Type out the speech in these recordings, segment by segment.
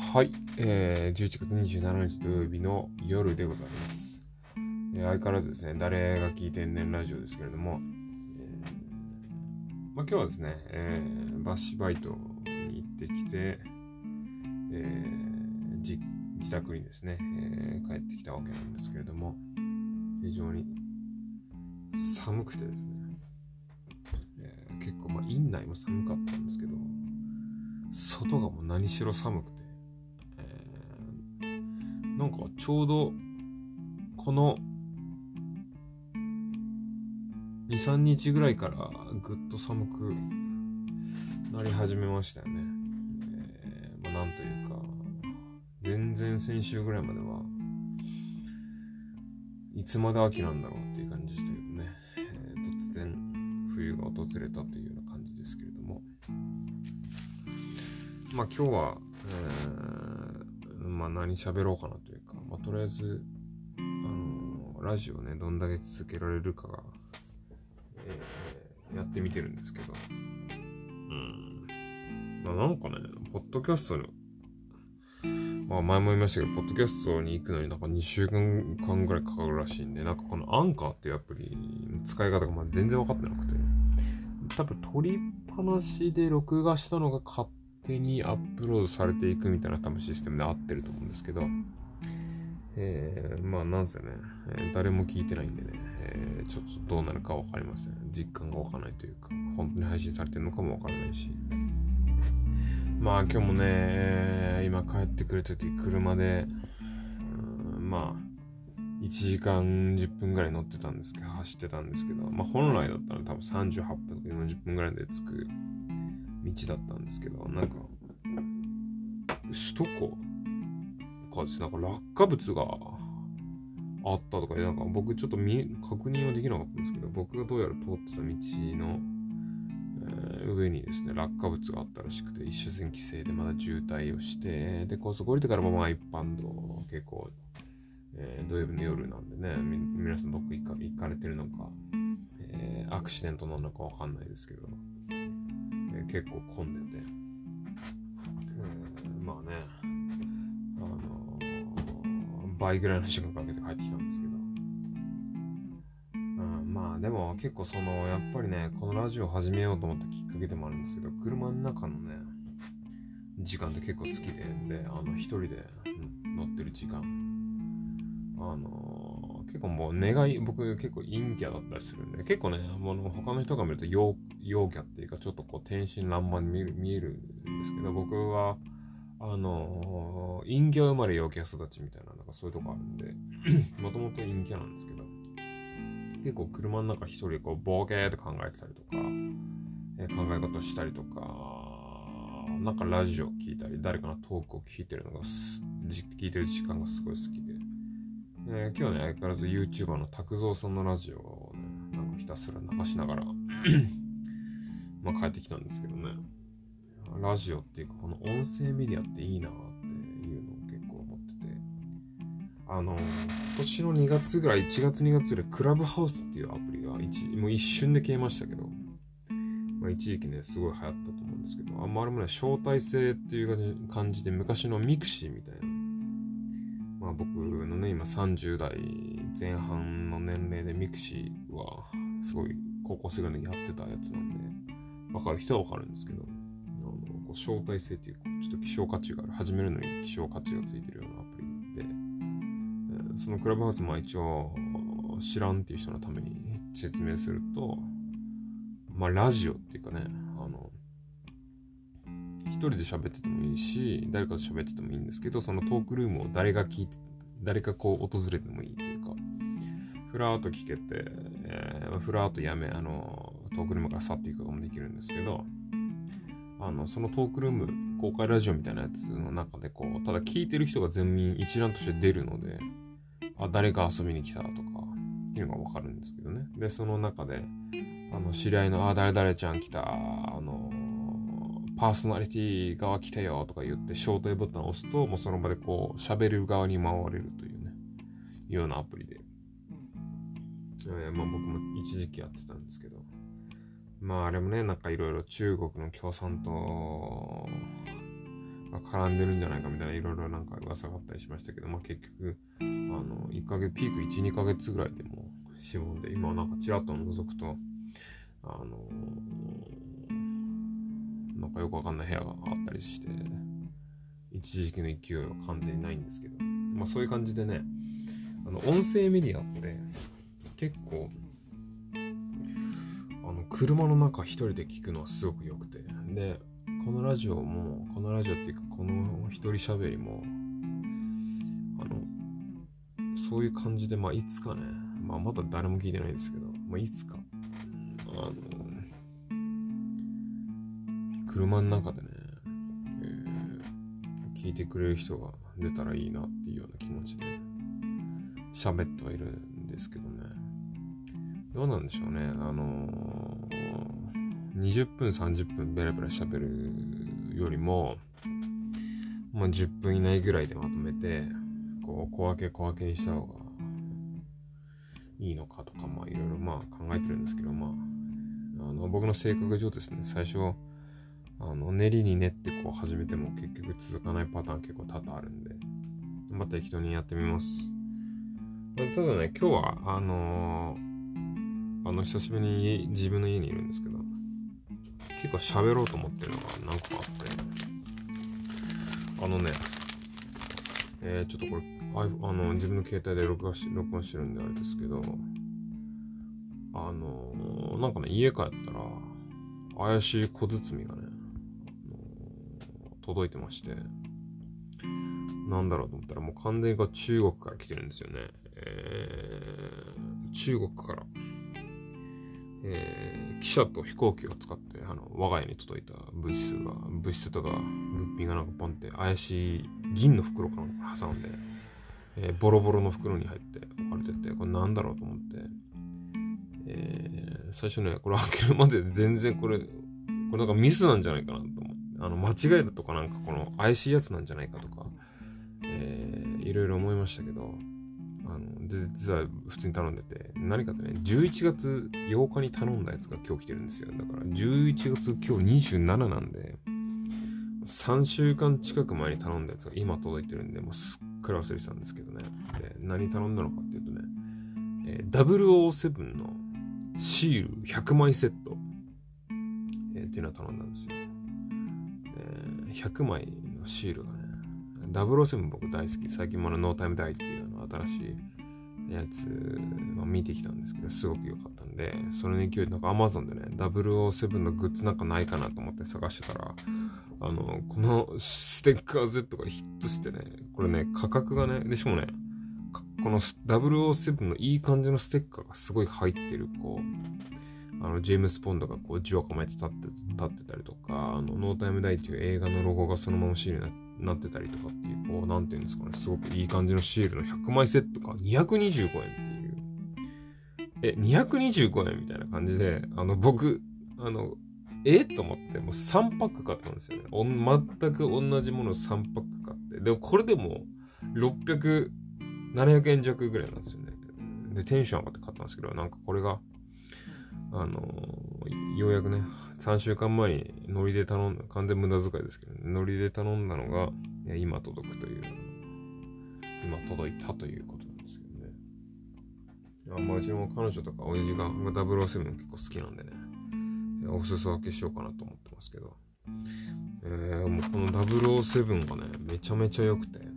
はい、11月27日土曜日の夜でございます。相変わらずですね、誰が聞いてんねんラジオですけれども、今日はですね、バッシュバイトに行ってきて、自宅にですね、帰ってきたわけなんですけれども、非常に寒くてですね、結構院内も寒かったんですけど、外がもう何しろ寒くて、なんかちょうどこの2、3日ぐらいからぐっと寒くなり始めましたよね。なんというか、全然先週ぐらいまではいつまで秋なんだろうっていう感じでしたけどね。突然冬が訪れたというような感じですけれども。今日は、何喋ろうかなというか、とりあえず、ラジオね、どんだけ続けられるかが、やってみてるんですけど、なんかね、ポッドキャストの、前も言いましたけど、ポッドキャストに行くのになんか2週間ぐらいかかるらしいんで、なんかこのアンカーっていうアプリの使い方が全然分かってなくて、多分取りっぱなしで録画したのが勝手にアップロードされていくみたいな多分システムで合ってると思うんですけど、なんせね、誰も聞いてないんでね、ちょっとどうなるか分かりません。実感が湧かないというか、本当に配信されてるのかも分からないし。今日もね、今帰ってくるとき車で、1時間10分ぐらい乗ってたんですけど、走ってたんですけど、本来だったら多分38分とか40分ぐらいで着く道だったんですけど、なんか、首都高かですね、なんか落下物があったとかで、なんか僕ちょっと確認はできなかったんですけど、僕がどうやら通ってた道の、上にですね、落下物があったらしくて、一車線規制でまだ渋滞をして、で、高速降りてからも一般道、結構、土曜日の夜なんでね、皆さんどっか行かれてるのか、アクシデントなのかわかんないですけど、結構混んでて、倍ぐらいの時間かけて帰ってきたんですけど、でも結構やっぱりね、このラジオを始めようと思ったきっかけでもあるんですけど、車の中のね、時間って結構好きで、一人で、乗ってる時間。結構もう僕結構陰キャだったりするんで、結構ね、他の人が見ると陽キャっていうか、ちょっとこう天真爛漫に見えるんですけど、僕は、陰キャ生まれ陽キャ育ちみたいな、なんかそういうとこあるんで、もともと陰キャなんですけど、結構車の中一人でこうボーケーって考えてたりとか、考え方したりとか、なんかラジオ聞いたり、誰かのトークを聞いてる聞いてる時間がすごい好きで、今日はね、相変わらず YouTuber の拓蔵さんのラジオをね、なんかひたすら流しながら帰ってきたんですけどね、ラジオっていうかこの音声メディアっていいなっていうのを結構思ってて、今年の2月ぐらい、1月2月ぐらい、クラブハウスっていうアプリがもう一瞬で消えましたけど、一時期ね、すごい流行ったと思うんですけど、あれもね、招待制っていう感じで、昔のミクシーみたいな、僕のね、今30代前半の年齢でミクシーは、すごい高校生ぐらいにやってたやつなんで、わかる人はわかるんですけど、招待制っていう、ちょっと希少価値がある、始めるのに希少価値がついてるようなアプリで、そのクラブハウスも一応、知らんっていう人のために説明すると、ラジオっていうかね、一人で喋っててもいいし、誰かと喋っててもいいんですけど、そのトークルームを誰かこう訪れてもいいというか、ふらーっと聞けて、ふらーっとトークルームから去っていくこともできるんですけど、そのトークルーム、公開ラジオみたいなやつの中でただ聞いてる人が全員一覧として出るので、誰が遊びに来たとか、っていうのがわかるんですけどね。で、その中で、知り合いの、誰々ちゃん来た、パーソナリティ側来たよとか言って、招待ボタンを押すと、もうその場で喋る側に回れるというね、ようなアプリで。僕も一時期やってたんですけど、あれもね、なんかいろいろ中国の共産党絡んでるんじゃないかみたいないろいろなんか噂があったりしましたけど、結局、1ヶ月、ピーク1、2ヶ月ぐらいでもう死亡で、今なんかちらっと覗くと、なんかよくわかんない部屋があったりして、一時期の勢いは完全にないんですけど、そういう感じでね、音声メディアって結構、車の中一人で聞くのはすごく良くて、で、このラジオっていうか、この一人喋りも、そういう感じで、いつかね、まだ誰も聞いてないんですけど、いつか、車の中でね、聞いてくれる人が出たらいいなっていうような気持ちで喋ってはいるんですけどね。どうなんでしょうね。20分、30分ベラベラ喋るよりも、10分以内ぐらいでまとめて、こう、小分けにした方がいいのかとか、いろいろ考えてるんですけど、僕の性格上ですね、最初、練りに練ってこう始めても結局続かないパターン結構多々あるんで、適当にやってみます。ただね、今日は、久しぶりに自分の家にいるんですけど、結構喋ろうと思ってるのが何個かあって、ちょっとこれ、自分の携帯で録音してるんであれですけど、なんかね、家帰ったら、怪しい小包がね、届いてまして、なんだろうと思ったら、もう完全に中国から来てるんですよね。中国から、汽車と飛行機を使って我が家に届いた物質とか物品がなんかポンって怪しい銀の袋から挟んで、ボロボロの袋に入って置かれてて、これなんだろうと思って、最初ね、これ開けるまで全然これなんかミスなんじゃないかなと思って、間違いだとかなんかこの怪しいやつなんじゃないかとか、いろいろ思いましたけど、実は普通に頼んでて、何かってね、11月8日に頼んだやつが今日来てるんですよ。だから11月今日27なんで、3週間近く前に頼んだやつが今届いてるんで、もうすっかり忘れてたんですけどね。で、何頼んだのかっていうとね、007のシール100枚セット、っていうのを頼んだんですよ。100枚のシールがね、007僕大好き。最近もノータイムダイっていう新しいやつ、見てきたんですけど、すごく良かったんで、それに勢いでなんか Amazon でね、007のグッズなんかないかなと思って探してたら、このステッカー Z がヒットしてね、これね、価格がね、でしかもね、この007のいい感じのステッカーがすごい入ってる、こう、ジェームス・ポンドがこう、銃を構えて立ってたりとか、ノータイムダイっていう映画のロゴがそのままシールになってたりとかっていう、こう、なんていうんですかね、すごくいい感じのシールの100枚セットが225円っていう。225円みたいな感じで、僕、と思って、もう3パック買ったんですよね。全く同じものを3パック買って。でもこれでも600、700円弱ぐらいなんですよね。で、テンション上がって買ったんですけど、なんかこれが、ようやくね、3週間前にノリで頼んだ、完全無駄遣いですけどね、ノリで頼んだのが、今届くという、今届いたということなんですけどね。うちの彼女とか親父が007結構好きなんでね、お裾分けしようかなと思ってますけど、もうこの007がね、めちゃめちゃ良くて、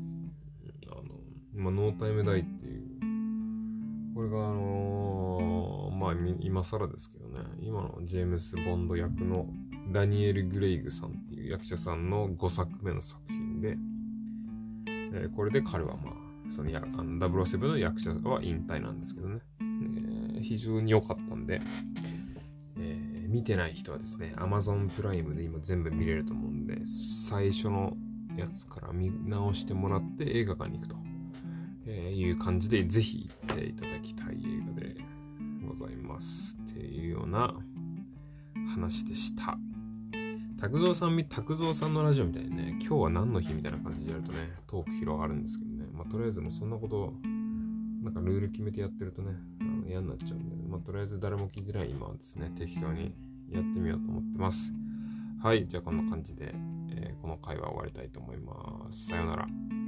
今ノータイムダイっていう、これが今更ですけどね、今のジェームス・ボンド役のダニエル・グレイグさんっていう役者さんの5作目の作品で、これで彼はその007の役者は引退なんですけどね、非常に良かったんで、見てない人はですね、Amazon プライムで今全部見れると思うんで、最初のやつから見直してもらって映画館に行くと、いう感じでぜひ行っていただきたい映画でございますっていうような話でした。拓蔵さんのラジオみたいにね、今日は何の日みたいな感じでやるとね、トーク広がるんですけどね、とりあえずもうそんなことなんかルール決めてやってるとね、嫌になっちゃうんで、とりあえず誰も聞いてない今はですね、適当にやってみようと思ってます。はい、じゃあこんな感じで、 この回は終わりたいと思います。さようなら。